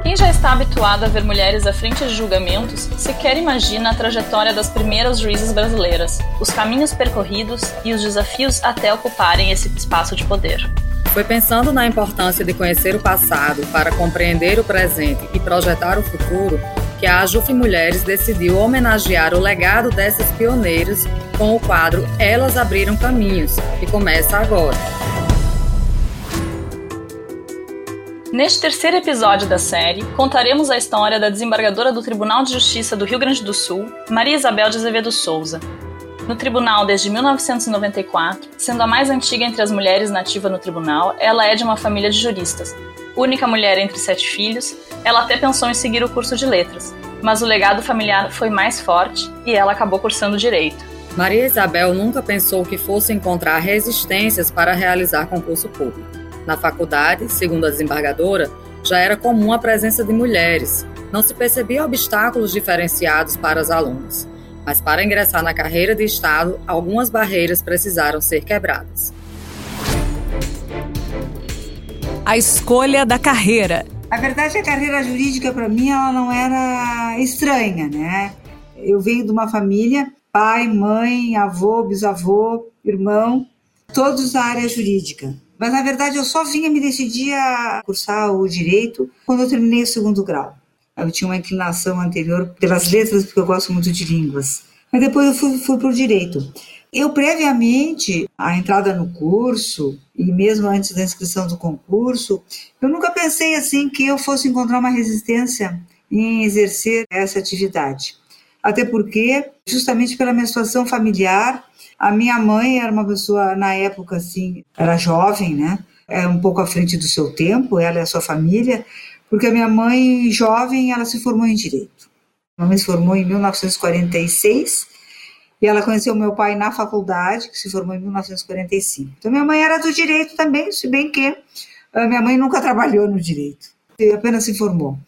Quem já está habituado a ver mulheres à frente de julgamentos, sequer imagina a trajetória das primeiras juízes brasileiras, os caminhos percorridos e os desafios até ocuparem esse espaço de poder. Foi pensando na importância de conhecer o passado para compreender o presente e projetar o futuro que a AJUF Mulheres decidiu homenagear o legado dessas pioneiras com o quadro Elas Abriram Caminhos, que começa agora. Neste terceiro episódio da série, contaremos a história da desembargadora do Tribunal de Justiça do Rio Grande do Sul, Maria Isabel de Azevedo Souza. No tribunal desde 1994, sendo a mais antiga entre as mulheres nativas no tribunal, ela é de uma família de juristas. Única mulher entre 7 filhos, ela até pensou em seguir o curso de letras, mas o legado familiar foi mais forte e ela acabou cursando direito. Maria Isabel nunca pensou que fosse encontrar resistências para realizar concurso público. Na faculdade, segundo a desembargadora, já era comum a presença de mulheres. Não se percebia obstáculos diferenciados para as alunas. Mas para ingressar na carreira de Estado, algumas barreiras precisaram ser quebradas. A escolha da carreira. A verdade é que a carreira jurídica, para mim, ela não era estranha, né? Eu venho de uma família, pai, mãe, avô, bisavô, irmão, todos da área jurídica. Mas, na verdade, eu só me decidir a cursar o direito quando eu terminei o 2º grau. Eu tinha uma inclinação anterior pelas letras, porque eu gosto muito de línguas. Mas depois eu fui para o direito. Eu, previamente, a entrada no curso, e mesmo antes da inscrição do concurso, eu nunca pensei assim que eu fosse encontrar uma resistência em exercer essa atividade. Até porque, justamente pela minha situação familiar, a minha mãe era uma pessoa, na época, assim, era jovem, né? Era um pouco à frente do seu tempo, ela e a sua família, porque a minha mãe, jovem, ela se formou em Direito. A minha mãe se formou em 1946 e ela conheceu meu pai na faculdade, que se formou em 1945. Então, minha mãe era do Direito também, se bem que a minha mãe nunca trabalhou no Direito, apenas se formou.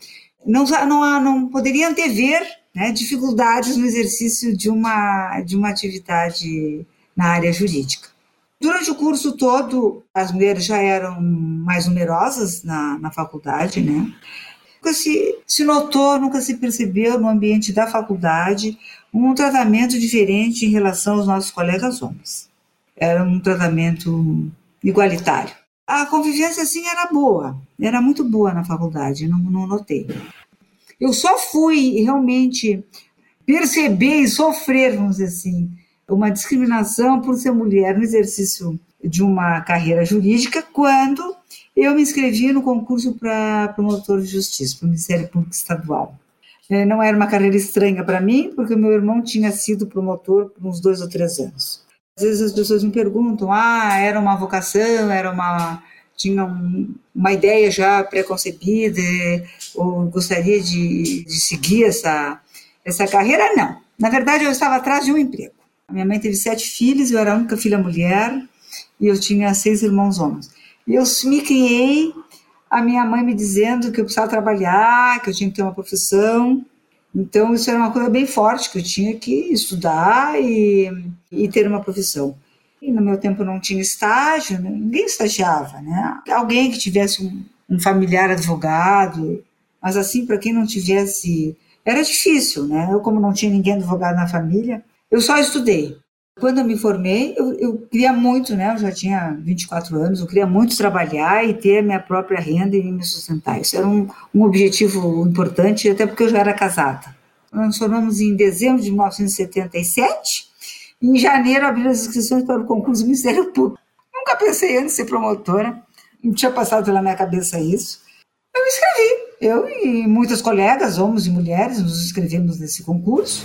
Não poderia antever, né, dificuldades no exercício de uma atividade na área jurídica. Durante o curso todo, as mulheres já eram mais numerosas na faculdade, né? Nunca se notou, nunca se percebeu no ambiente da faculdade um tratamento diferente em relação aos nossos colegas homens. Era um tratamento igualitário. A convivência, assim, era boa, era muito boa na faculdade, não notei. Eu só fui realmente perceber e sofrer, vamos dizer assim, uma discriminação por ser mulher no exercício de uma carreira jurídica quando eu me inscrevi no concurso para promotor de justiça, para o Ministério Público Estadual. Não era uma carreira estranha para mim, porque o meu irmão tinha sido promotor por uns 2 ou 3 anos. Às vezes as pessoas me perguntam, era uma vocação, tinha uma ideia já pré-concebida, ou gostaria de seguir essa carreira? Não. Na verdade, eu estava atrás de um emprego. A minha mãe teve 7 filhos, eu era a única filha mulher, e eu tinha 6 irmãos homens. E eu me criei, a minha mãe me dizendo que eu precisava trabalhar, que eu tinha que ter uma profissão. Então, isso era uma coisa bem forte, que eu tinha que estudar e ter uma profissão. E no meu tempo não tinha estágio, ninguém estagiava, né? Alguém que tivesse um familiar advogado, mas assim, para quem não tivesse, era difícil, né? Eu, como não tinha ninguém advogado na família, eu só estudei. Quando eu me formei, eu queria muito, né? Eu já tinha 24 anos, eu queria muito trabalhar e ter a minha própria renda e me sustentar. Isso era um objetivo importante, até porque eu já era casada. Nós nos formamos em dezembro de 1977, e em janeiro abriram as inscrições para o concurso do Ministério Público. Nunca pensei antes em ser promotora, não tinha passado pela minha cabeça isso. Eu me inscrevi. Eu e muitas colegas, homens e mulheres, nos inscrevemos nesse concurso.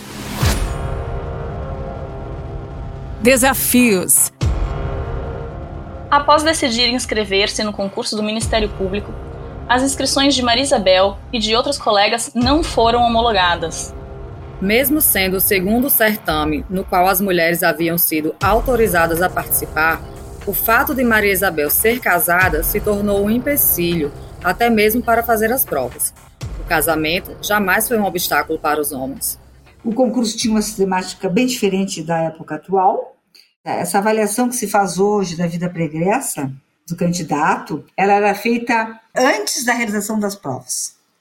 Desafios. Após decidir inscrever-se no concurso do Ministério Público, as inscrições de Maria Isabel e de outras colegas não foram homologadas. Mesmo sendo o 2º certame no qual as mulheres haviam sido autorizadas a participar, o fato de Maria Isabel ser casada se tornou um empecilho, até mesmo para fazer as provas. O casamento jamais foi um obstáculo para os homens. O concurso tinha uma sistemática bem diferente da época atual. Essa avaliação que se faz hoje da vida pregressa do candidato, ela era feita antes da realização das provas.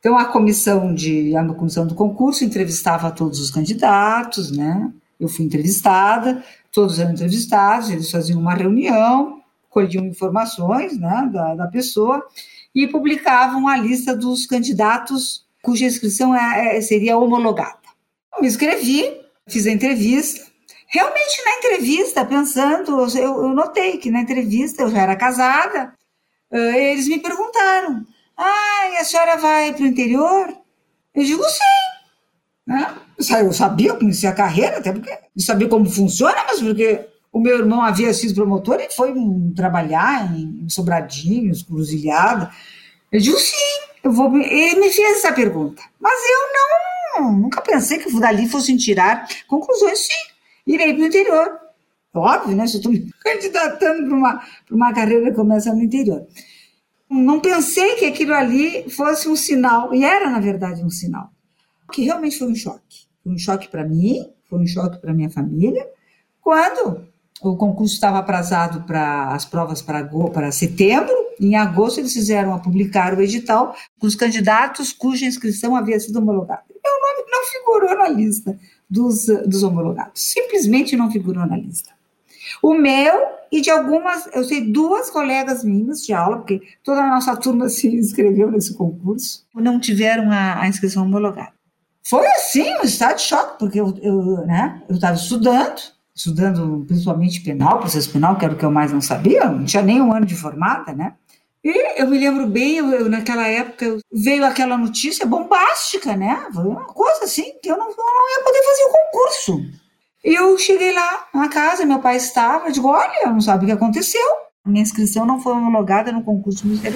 Então, a comissão do concurso entrevistava todos os candidatos, né? Eu fui entrevistada, todos eram entrevistados, eles faziam uma reunião, colhiam informações, né, da pessoa e publicavam a lista dos candidatos cuja inscrição seria homologada. Eu me inscrevi, fiz a entrevista. Realmente, na entrevista, pensando, eu notei que na entrevista eu já era casada, eles me perguntaram: e a senhora vai para o interior? Eu digo sim. Né? Eu sabia, eu conhecia a carreira, até porque não sabia como funciona, mas porque o meu irmão havia sido promotor e foi trabalhar em Sobradinhos, Cruzilhada. Eu digo sim, eu vou. Ele me fez essa pergunta, mas eu nunca pensei que dali fossem tirar conclusões. Sim, irei para o interior. Óbvio, né? Se eu estou me candidatando para uma carreira que começa no interior. Não pensei que aquilo ali fosse um sinal, e era, na verdade, um sinal. Que realmente foi um choque. Foi um choque para mim, foi um choque para minha família, quando o concurso estava atrasado para as provas para setembro. Em agosto, eles publicar o edital com os candidatos cuja inscrição havia sido homologada. Meu nome não figurou na lista dos homologados. Simplesmente não figurou na lista. O meu e de algumas, eu sei, 2 colegas minhas de aula, porque toda a nossa turma se inscreveu nesse concurso, não tiveram a inscrição homologada. Foi assim, um estado de choque, porque eu estava estudando principalmente penal, processo penal, que era o que eu mais não sabia, não tinha nem um ano de formada, né? E eu me lembro bem, naquela época, veio aquela notícia bombástica, né? Foi uma coisa assim, que eu não ia poder fazer o concurso. E eu cheguei lá na casa, meu pai estava, eu digo, olha, não sabe o que aconteceu. Minha inscrição não foi homologada no concurso do Ministério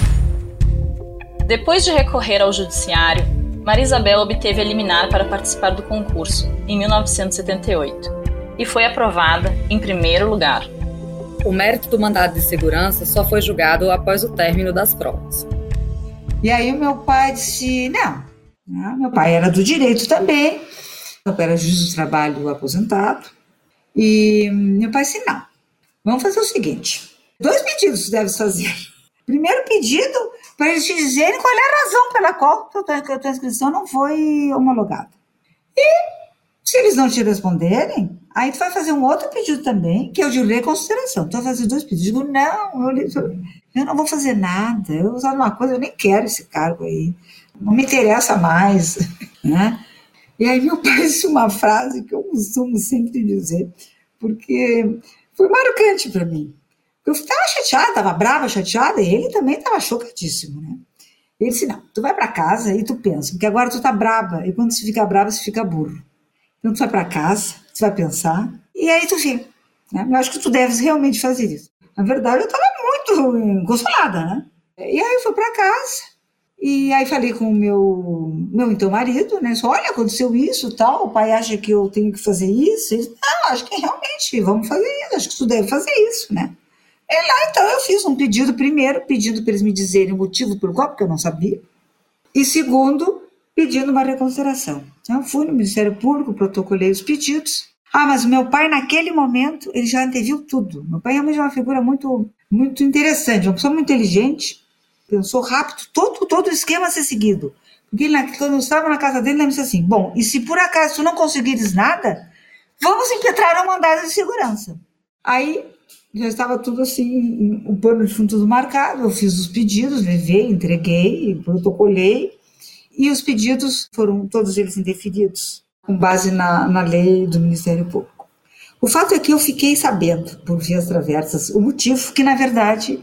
Público. Depois de recorrer ao judiciário, Maria Isabel obteve a liminar para participar do concurso, em 1978, e foi aprovada em primeiro lugar. O mérito do mandado de segurança só foi julgado após o término das provas. E aí o meu pai disse, não, meu pai era do direito também, meu pai era juiz do trabalho aposentado, e meu pai disse, não, vamos fazer o seguinte, 2 pedidos você deve fazer. Primeiro pedido, para eles te dizerem qual é a razão pela qual a tua inscrição não foi homologada. E se eles não te responderem, aí tu vai fazer um outro pedido também, que é o de reconsideração. Tu vai fazer 2 pedidos. Eu digo, não, eu não vou fazer nada. Eu vou usar uma coisa, eu nem quero esse cargo aí. Não me interessa mais. Né? E aí meu pai disse uma frase que eu costumo sempre dizer, porque foi marcante para mim. Eu estava chateada, estava brava, chateada, e ele também estava chocadíssimo, né? Ele disse, não, tu vai para casa e tu pensa, porque agora tu tá brava, e quando você fica brava, você fica burro. Então tu vai para casa, tu vai pensar, e aí tu vê. Né? Eu acho que tu deves realmente fazer isso. Na verdade, eu estava muito consolada, né? E aí eu fui para casa, e aí falei com o meu então marido, né? Só, olha, aconteceu isso, tal, o pai acha que eu tenho que fazer isso. Ele disse, não, acho que realmente, vamos fazer isso, acho que tu deve fazer isso, né? E lá, então, eu fiz um pedido, primeiro, pedindo para eles me dizerem o motivo pelo qual, porque eu não sabia, e segundo, pedindo uma reconsideração. Eu fui no Ministério Público, protocolei os pedidos. Mas meu pai, naquele momento, ele já anteviu tudo. Meu pai realmente é uma figura muito, muito interessante, uma pessoa muito inteligente, pensou rápido, todo o esquema a ser seguido. Porque quando eu estava na casa dele, ele me disse assim, bom, e se por acaso tu não conseguires nada, vamos impetrar um mandado de segurança. Aí, já estava tudo assim, o pano de fundo tudo marcado, eu fiz os pedidos, levei, entreguei, protocolei, e os pedidos foram todos eles indeferidos, com base na lei do Ministério Público. O fato é que eu fiquei sabendo, por vias traversas, o motivo, que na verdade,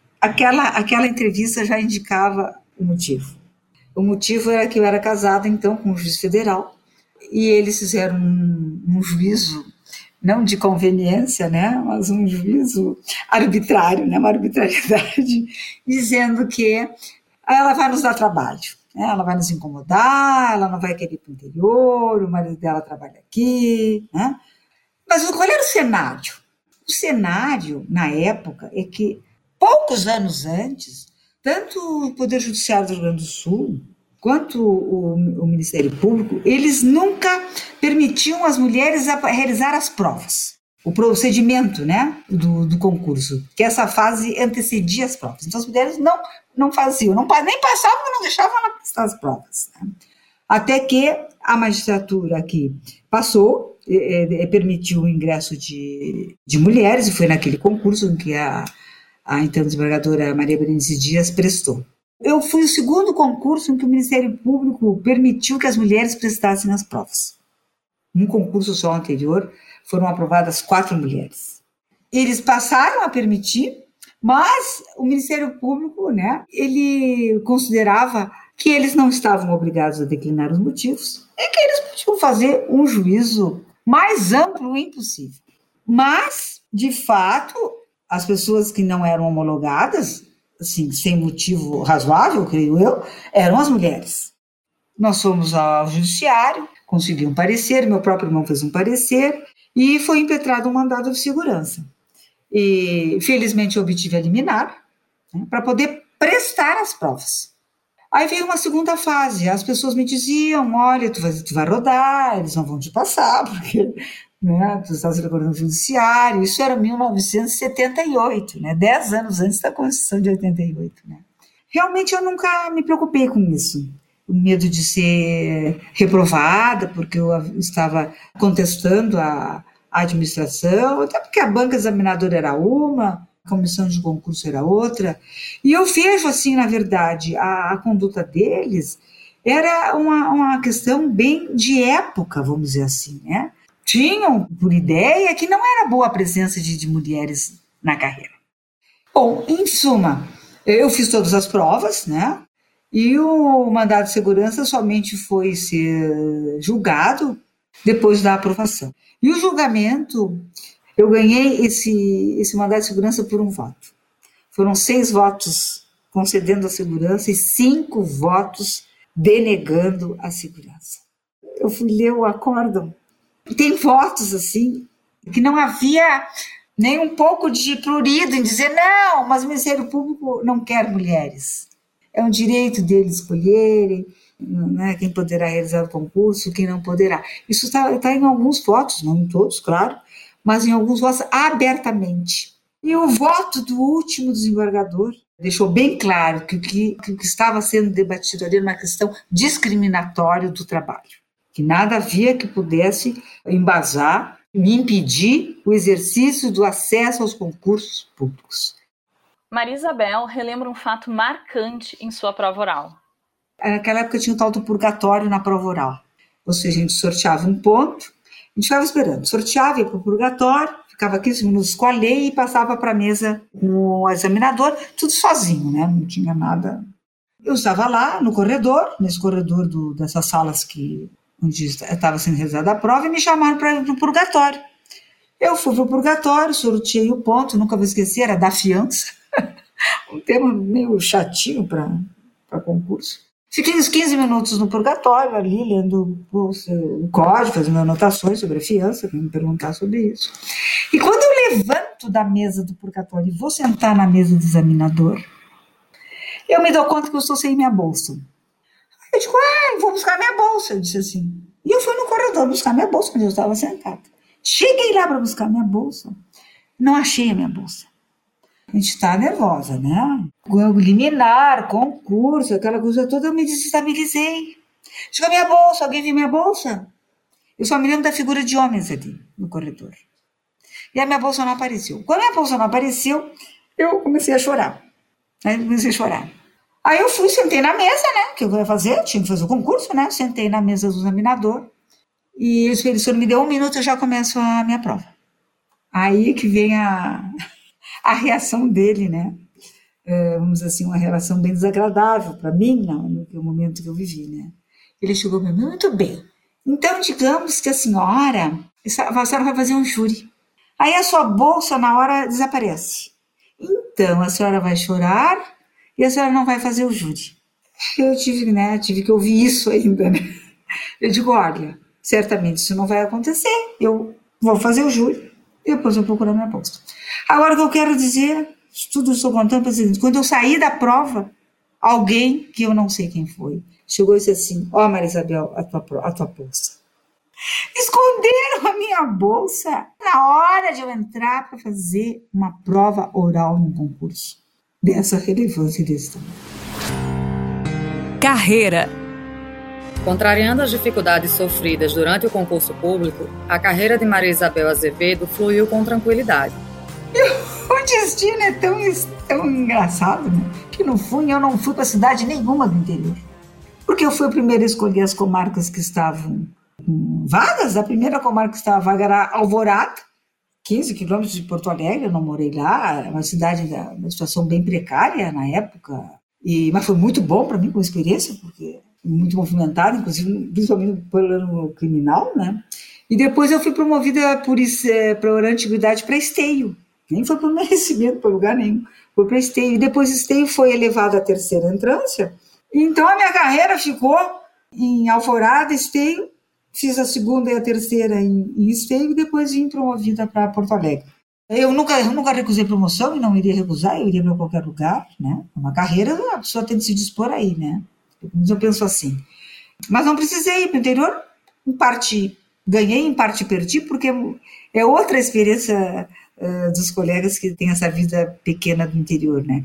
aquela entrevista já indicava o motivo. O motivo era que eu era casada, então, com um juiz federal, e eles fizeram um juízo, não de conveniência, né, mas um juízo arbitrário, né, uma arbitrariedade, dizendo que ela vai nos dar trabalho, né, ela vai nos incomodar, ela não vai querer ir para o interior, o marido dela trabalha aqui. Né? Mas qual era o cenário? O cenário, na época, é que poucos anos antes, tanto o Poder Judiciário do Rio Grande do Sul, quanto o Ministério Público, eles nunca permitiam às mulheres realizar as provas. o procedimento, né, do concurso, que essa fase antecedia as provas. Então as mulheres não faziam, nem passavam, não deixavam ela prestar as provas, né? Até que a magistratura aqui passou, permitiu o ingresso de mulheres, e foi naquele concurso em que a então desembargadora Maria Berenice Dias prestou. Eu fui o segundo concurso em que o Ministério Público permitiu que as mulheres prestassem as provas. Um concurso só anterior, foram aprovadas 4 mulheres. Eles passaram a permitir, mas o Ministério Público, né, ele considerava que eles não estavam obrigados a declinar os motivos e que eles podiam fazer um juízo mais amplo impossível. Mas, de fato, as pessoas que não eram homologadas, assim, sem motivo razoável, creio eu, eram as mulheres. Nós fomos ao judiciário, consegui um parecer, meu próprio irmão fez um parecer, e foi impetrado um mandado de segurança. E, felizmente, eu obtive a liminar, né, para poder prestar as provas. Aí veio uma segunda fase, as pessoas me diziam, olha, tu vai rodar, eles não vão te passar, porque, né, tu estás recorrendo ao judiciário. Isso era 1978, né, 10 anos antes da Constituição de 88. Né. Realmente eu nunca me preocupei com isso. O medo de ser reprovada, porque eu estava contestando a administração, até porque a banca examinadora era uma, a comissão de concurso era outra. E eu vejo, assim, na verdade, a conduta deles era uma questão bem de época, vamos dizer assim, né? Tinham por ideia que não era boa a presença de mulheres na carreira. Bom, em suma, eu fiz todas as provas, né? E o mandado de segurança somente foi ser julgado depois da aprovação. E o julgamento, eu ganhei esse mandado de segurança por um voto. Foram 6 votos concedendo a segurança e 5 votos denegando a segurança. Eu fui ler o acórdão. Tem votos assim, que não havia nem um pouco de prurido em dizer, não, mas o Ministério Público não quer mulheres. É um direito deles escolherem, né, quem poderá realizar o concurso, quem não poderá. Isso está em alguns votos, não em todos, claro, mas em alguns votos abertamente. E o voto do último desembargador deixou bem claro que o que estava sendo debatido ali era uma questão discriminatória do trabalho, que nada havia que pudesse embasar e impedir o exercício do acesso aos concursos públicos. Maria Isabel relembra um fato marcante em sua prova oral. Naquela época tinha o tal do purgatório na prova oral. Ou seja, a gente sorteava um ponto, a gente ficava esperando, sorteava, ia para o purgatório, ficava 15 minutos com a lei e passava para a mesa com o examinador, tudo sozinho, né? Não tinha nada. Eu estava lá no corredor, nesse corredor dessas salas onde estava sendo realizada a prova, e me chamaram para ir para o purgatório. Eu fui para o purgatório, sorteei o ponto, nunca vou esquecer, era da fiança. Um termo meio chatinho para concurso. Fiquei uns 15 minutos no purgatório ali, lendo o código, fazendo anotações sobre a fiança, para me perguntar sobre isso. E quando eu levanto da mesa do purgatório e vou sentar na mesa do examinador, eu me dou conta que eu estou sem minha bolsa. Eu digo, vou buscar minha bolsa, eu disse assim. E eu fui no corredor buscar minha bolsa, onde eu estava sentada. Cheguei lá para buscar minha bolsa, não achei a minha bolsa. A gente está nervosa, né? Liminar, concurso, aquela coisa toda, eu me desestabilizei. Chegou a minha bolsa, alguém viu minha bolsa? Eu só me lembro da figura de homens ali no corredor. E a minha bolsa não apareceu. Quando a minha bolsa não apareceu, eu comecei a chorar. Aí eu fui, sentei na mesa, né? O que eu ia fazer? Eu tinha que fazer o concurso, né? Sentei na mesa do examinador. E o professor me deu 1 minuto, eu já começo a minha prova. Aí que vem a reação dele, né? Vamos dizer assim, uma relação bem desagradável para mim, no momento que eu vivi, né? Ele chegou para mim, muito bem. Então, digamos que a senhora vai fazer um júri. Aí a sua bolsa, na hora, desaparece. Então, a senhora vai chorar e a senhora não vai fazer o júri. Eu tive que ouvir isso ainda, né? Eu digo, olha, certamente isso não vai acontecer. Eu vou fazer o júri e depois eu procurar minha bolsa. Agora, o que eu quero dizer, tudo estou contando para dizer, quando eu saí da prova, alguém, que eu não sei quem foi, chegou e disse assim, Maria Isabel, a tua bolsa. Esconderam a minha bolsa na hora de eu entrar para fazer uma prova oral num concurso dessa relevância e desse tamanho. Carreira. Contrariando as dificuldades sofridas durante o concurso público, a carreira de Maria Isabel Azevedo fluiu com tranquilidade. O destino é tão engraçado, né? Que no fundo eu não fui para cidade nenhuma do interior. Porque eu fui a primeira a escolher as comarcas que estavam vagas. A primeira comarca que estava vaga era Alvorada, 15 quilômetros de Porto Alegre. Eu não morei lá, é uma cidade uma situação bem precária na época. Mas foi muito bom para mim como experiência, porque muito movimentado, inclusive, principalmente pelo ano criminal, né? E depois eu fui promovida por antiguidade para Esteio. Nem foi por merecimento, por lugar nenhum. Foi para Esteio. E depois Esteio foi elevado à terceira entrância. Então a minha carreira ficou em Alvorada, Esteio. Fiz a segunda e a terceira em Esteio e depois vim promovida para Porto Alegre. Eu nunca recusei promoção e não iria recusar, eu iria para qualquer lugar, né? Uma carreira, a pessoa tem que se dispor aí, né? Eu penso assim. Mas não precisei ir para o interior, em parte ganhei, em parte perdi, porque é outra experiência dos colegas que têm essa vida pequena do interior, né?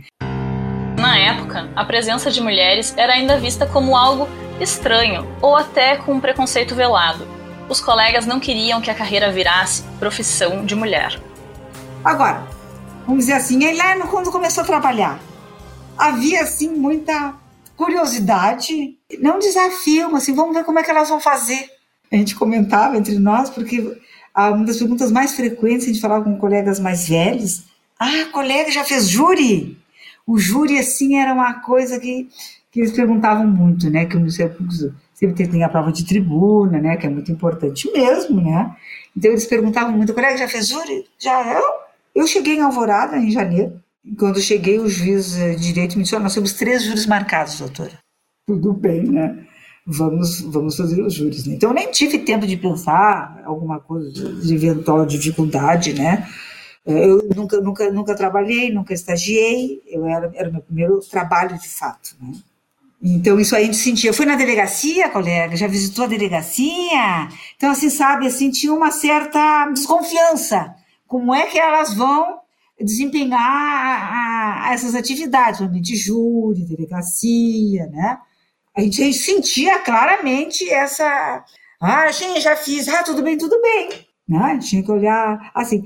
Na época, a presença de mulheres era ainda vista como algo estranho ou até com um preconceito velado. Os colegas não queriam que a carreira virasse profissão de mulher. Agora, vamos dizer assim, aí lá quando começou a trabalhar, havia assim muita curiosidade, não desafio, mas assim, vamos ver como é que elas vão fazer. A gente comentava entre nós, porque uma das perguntas mais frequentes, a gente falava com colegas mais velhos, colega já fez júri? O júri, assim, era uma coisa que eles perguntavam muito, né, que o Ministério Público sempre tem a prova de tribuna, né, que é muito importante mesmo, né, então eles perguntavam muito, colega já fez júri? Já eu cheguei em Alvorada em janeiro, e quando cheguei o juiz de direito me disse, nós temos 3 júris marcados, doutora. Tudo bem, né, vamos fazer os júris, né? Então eu nem tive tempo de pensar alguma coisa de eventual dificuldade, né. Eu nunca trabalhei, nunca estagiei, era o meu primeiro trabalho de fato, né? Então isso aí a gente sentia. Fui na delegacia, colega, já visitou a delegacia? Então assim, sabe, assim, tinha uma certa desconfiança. Como é que elas vão desempenhar essas atividades, realmente júri, delegacia, né? A gente sentia claramente essa... gente, já fiz, tudo bem, né? A gente tinha que olhar, assim...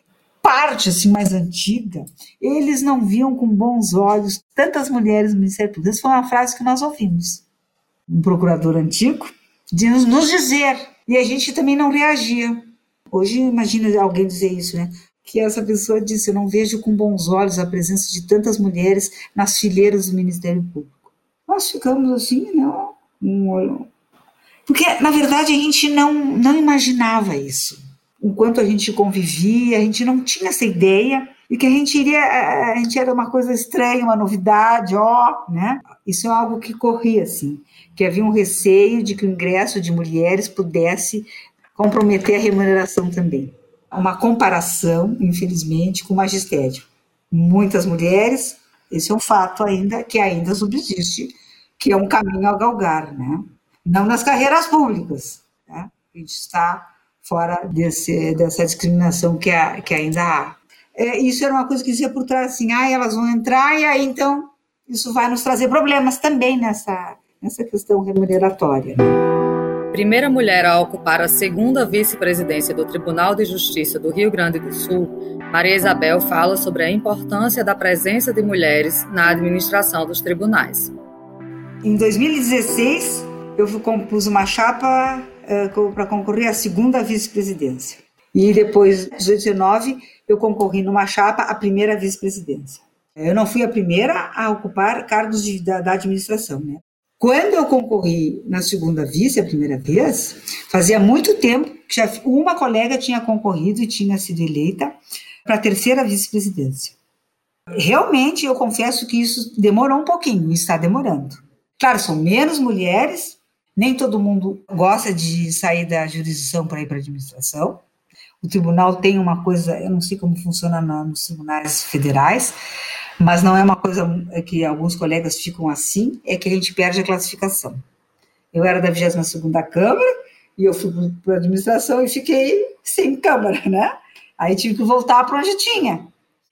parte assim, mais antiga, eles não viam com bons olhos tantas mulheres no Ministério Público. Essa foi uma frase que nós ouvimos. Um procurador antigo de nos dizer, e a gente também não reagia. Hoje, imagina alguém dizer isso, né? Que essa pessoa disse, eu não vejo com bons olhos a presença de tantas mulheres nas fileiras do Ministério Público. Nós ficamos assim, não... Porque, na verdade, a gente não imaginava isso. Enquanto a gente convivia, a gente não tinha essa ideia e que a gente era uma coisa estranha, uma novidade, né? Isso é algo que corria, assim, que havia um receio de que o ingresso de mulheres pudesse comprometer a remuneração também. Uma comparação, infelizmente, com o magistério. Muitas mulheres, esse é um fato que ainda subsiste, que é um caminho a galgar, né? Não nas carreiras públicas, né? A gente está fora dessa discriminação que ainda há. Isso era uma coisa que dizia por trás, assim, elas vão entrar e aí, então, isso vai nos trazer problemas também nessa questão remuneratória. Primeira mulher a ocupar a segunda vice-presidência do Tribunal de Justiça do Rio Grande do Sul, Maria Isabel fala sobre a importância da presença de mulheres na administração dos tribunais. Em 2016, eu compus uma chapa para concorrer à segunda vice-presidência. E depois, em 2019, eu concorri numa chapa à primeira vice-presidência. Eu não fui a primeira a ocupar cargos da administração, né? Quando eu concorri na segunda vice, a primeira vez, fazia muito tempo que já uma colega tinha concorrido e tinha sido eleita para a terceira vice-presidência. Realmente, eu confesso que isso demorou um pouquinho, está demorando. Claro, são menos mulheres, nem todo mundo gosta de sair da jurisdição para ir para a administração. O tribunal tem uma coisa, eu não sei como funciona nos tribunais federais, mas não é uma coisa que alguns colegas ficam assim, é que a gente perde a classificação. Eu era da 22ª Câmara E eu fui para a administração e fiquei sem câmara, né? Aí tive que voltar para onde tinha.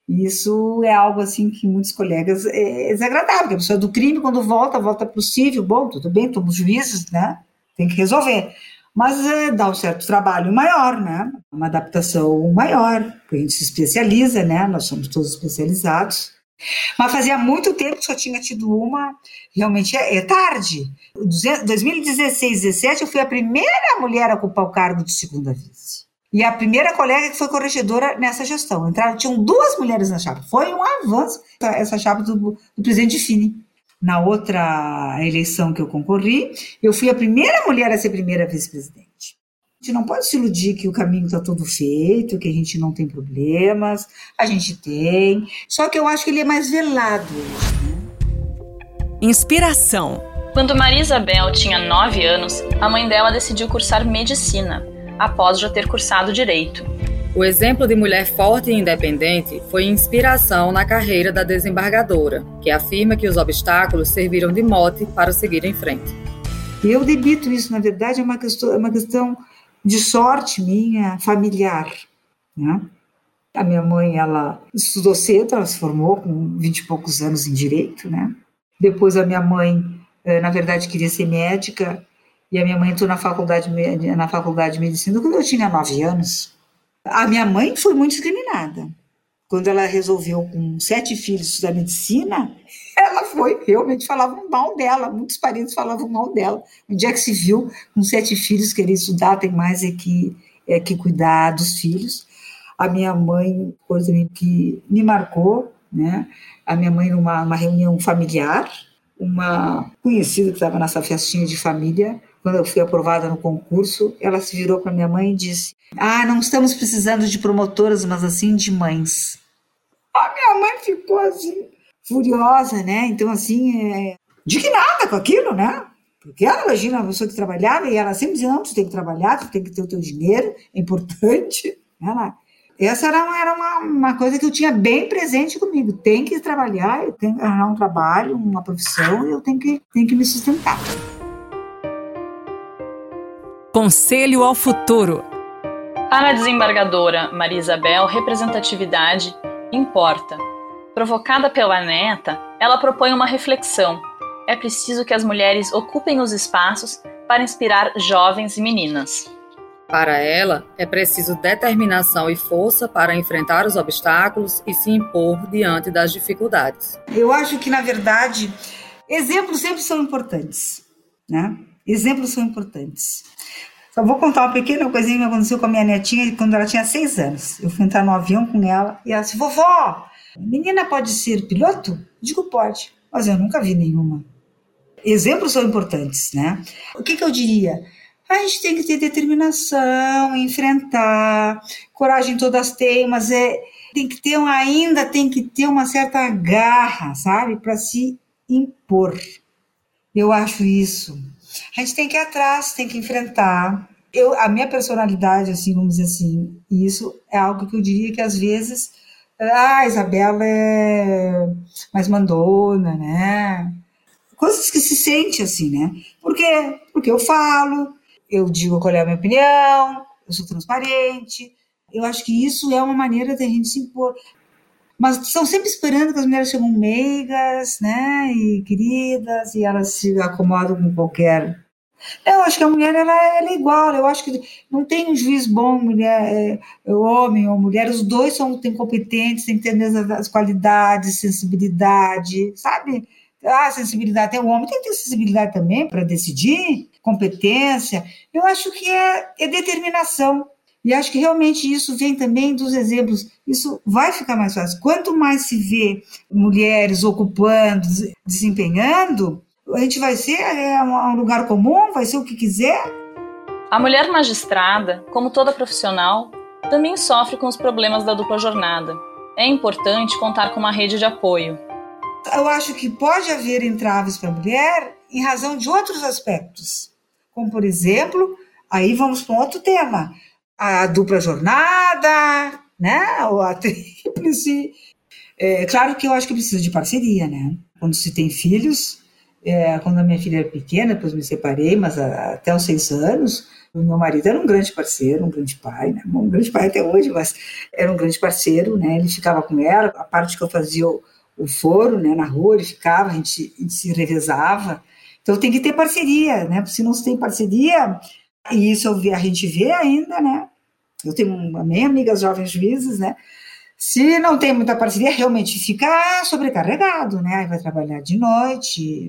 Isso é algo assim que muitos colegas é desagradável, porque a pessoa do crime, quando volta para o civil, bom, tudo bem, somos juízes, né? Tem que resolver. Mas dá um certo trabalho maior, né? Uma adaptação maior, porque a gente se especializa, né? Nós somos todos especializados. Mas fazia muito tempo que só tinha tido uma, realmente é tarde. Em 2016, 2017, eu fui a primeira mulher a ocupar o cargo de segunda vice. E a primeira colega que foi corregedora nessa gestão. Tinham 2 mulheres na chapa. Foi um avanço essa chapa do presidente Fini. Na outra eleição que eu concorri, eu fui a primeira mulher a ser primeira vice-presidente. A gente não pode se iludir que o caminho está todo feito, que a gente não tem problemas. A gente tem. Só que eu acho que ele é mais velado hoje, né? Inspiração. Quando Maria Isabel tinha 9 anos, a mãe dela decidiu cursar medicina, após já ter cursado direito. O exemplo de mulher forte e independente foi inspiração na carreira da desembargadora, que afirma que os obstáculos serviram de mote para seguir em frente. Eu debito isso, na verdade, é uma questão de sorte minha, familiar, né? A minha mãe, ela estudou cedo, ela se formou com 20 e poucos anos em Direito, né? Depois a minha mãe, na verdade, queria ser médica, e a minha mãe entrou na faculdade de Medicina quando eu tinha 9 anos. A minha mãe foi muito discriminada. Quando ela resolveu, com 7 filhos, estudar medicina, ela realmente falavam mal dela, muitos parentes falavam mal dela. Onde é que se viu, com 7 filhos, querer estudar, tem mais que cuidar dos filhos. A minha mãe, coisa que me marcou, né? A minha mãe, numa reunião familiar, uma conhecida que estava nessa festinha de família, quando eu fui aprovada no concurso, ela se virou para minha mãe e disse: não estamos precisando de promotoras, mas assim de mães. A minha mãe ficou assim, furiosa, né? Então, assim, indignada com aquilo, né? Porque ela, imagina, uma pessoa que trabalhava, e ela sempre dizia: não, tu tem que trabalhar, tu tem que ter o teu dinheiro, é importante. Essa era uma coisa que eu tinha bem presente comigo. Tem que trabalhar, eu tenho que arranjar um trabalho, uma profissão, e eu tenho que me sustentar. Conselho ao futuro. Para a desembargadora Maria Isabel, representatividade importa. Provocada pela neta, ela propõe uma reflexão. É preciso que as mulheres ocupem os espaços para inspirar jovens e meninas. Para ela, é preciso determinação e força para enfrentar os obstáculos e se impor diante das dificuldades. Eu acho que, na verdade, exemplos sempre são importantes, né? Exemplos são importantes. Só vou contar uma pequena coisinha que aconteceu com a minha netinha quando ela tinha 6 anos. Eu fui entrar no avião com ela e ela disse: vovó, menina pode ser piloto? Eu digo: pode, mas eu nunca vi nenhuma. Exemplos são importantes, né? O que eu diria? A gente tem que ter determinação, enfrentar, coragem todas têm, mas tem que ter uma certa garra, sabe? Para se impor. Eu acho isso. A gente tem que ir atrás, tem que enfrentar. A minha personalidade, assim, vamos dizer assim, isso é algo que eu diria que às vezes a Isabela é mais mandona, né? Coisas que se sente assim, né? Por quê? Porque eu falo, eu digo qual é a minha opinião, eu sou transparente. Eu acho que isso é uma maneira da gente se impor. Mas estão sempre esperando que as mulheres sejam meigas, né, e queridas, e elas se acomodam com qualquer... Eu acho que a mulher ela é igual, eu acho que não tem um juiz bom, mulher, homem ou mulher, os dois têm competentes, têm que ter as qualidades, sensibilidade, sabe? Sensibilidade, tem o homem, tem que ter sensibilidade também para decidir, competência. Eu acho que é determinação. E acho que realmente isso vem também dos exemplos. Isso vai ficar mais fácil. Quanto mais se vê mulheres ocupando, desempenhando, a gente vai ser um lugar comum, vai ser o que quiser. A mulher magistrada, como toda profissional, também sofre com os problemas da dupla jornada. É importante contar com uma rede de apoio. Eu acho que pode haver entraves para a mulher em razão de outros aspectos. Como, por exemplo, aí vamos para um outro tema. A dupla jornada, né? Ou a tríplice. Claro que eu acho que precisa de parceria, né? Quando se tem filhos, quando a minha filha era pequena, depois me separei, mas até os 6 anos, o meu marido era um grande parceiro, um grande pai, né? Um grande pai até hoje, mas era um grande parceiro, né? Ele ficava com ela, a parte que eu fazia o foro, né, na rua, ele ficava, a gente se revezava. Então tem que ter parceria, né? Porque se não se tem parceria, e isso a gente vê ainda, né? Eu tenho minhas amigas jovens juízes, né? Se não tem muita parceria, realmente fica sobrecarregado, né? Aí vai trabalhar de noite.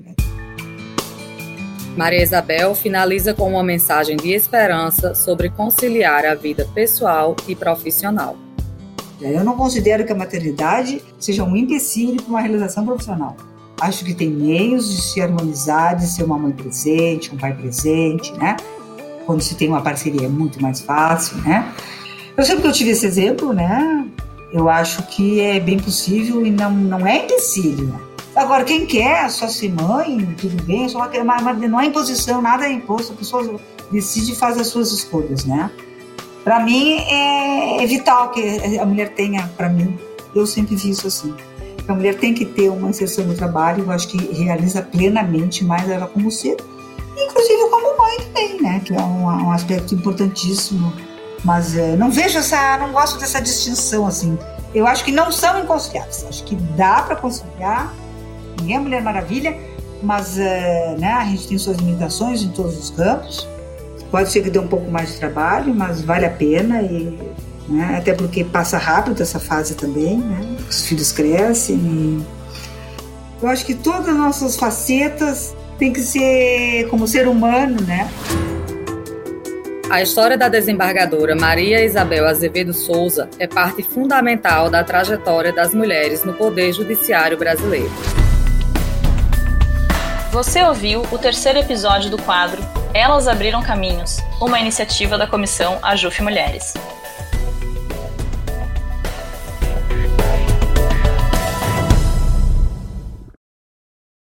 Maria Isabel finaliza com uma mensagem de esperança sobre conciliar a vida pessoal e profissional. Eu não considero que a maternidade seja um empecilho para uma realização profissional. Acho que tem meios de se harmonizar, de ser uma mãe presente, um pai presente, né? Quando se tem uma parceria é muito mais fácil, né? Eu sempre que eu tive esse exemplo, né? Eu acho que é bem possível e não é empecilho, né? Agora, quem quer só ser mãe, tudo bem, só quer, mas não é imposição, nada é imposto, a pessoa decide e faz as suas escolhas, né? Para mim, é vital que a mulher tenha, para mim, eu sempre vi isso assim, a mulher tem que ter uma inserção no trabalho, eu acho que realiza plenamente mais ela como ser, inclusive como mãe também, né? Que é um aspecto importantíssimo, mas não gosto dessa distinção, assim. Eu acho que não são inconciliáveis, acho que dá para conciliar. Ninguém é Mulher Maravilha, mas né, a gente tem suas limitações em todos os campos. Pode ser que dê um pouco mais de trabalho, mas vale a pena, né, até porque passa rápido essa fase também, né, os filhos crescem. Eu acho que todas as nossas facetas têm que ser como ser humano, né? A história da desembargadora Maria Isabel Azevedo Souza é parte fundamental da trajetória das mulheres no Poder Judiciário brasileiro. Você ouviu o 3º episódio do quadro Elas Abriram Caminhos, uma iniciativa da Comissão AJUF Mulheres.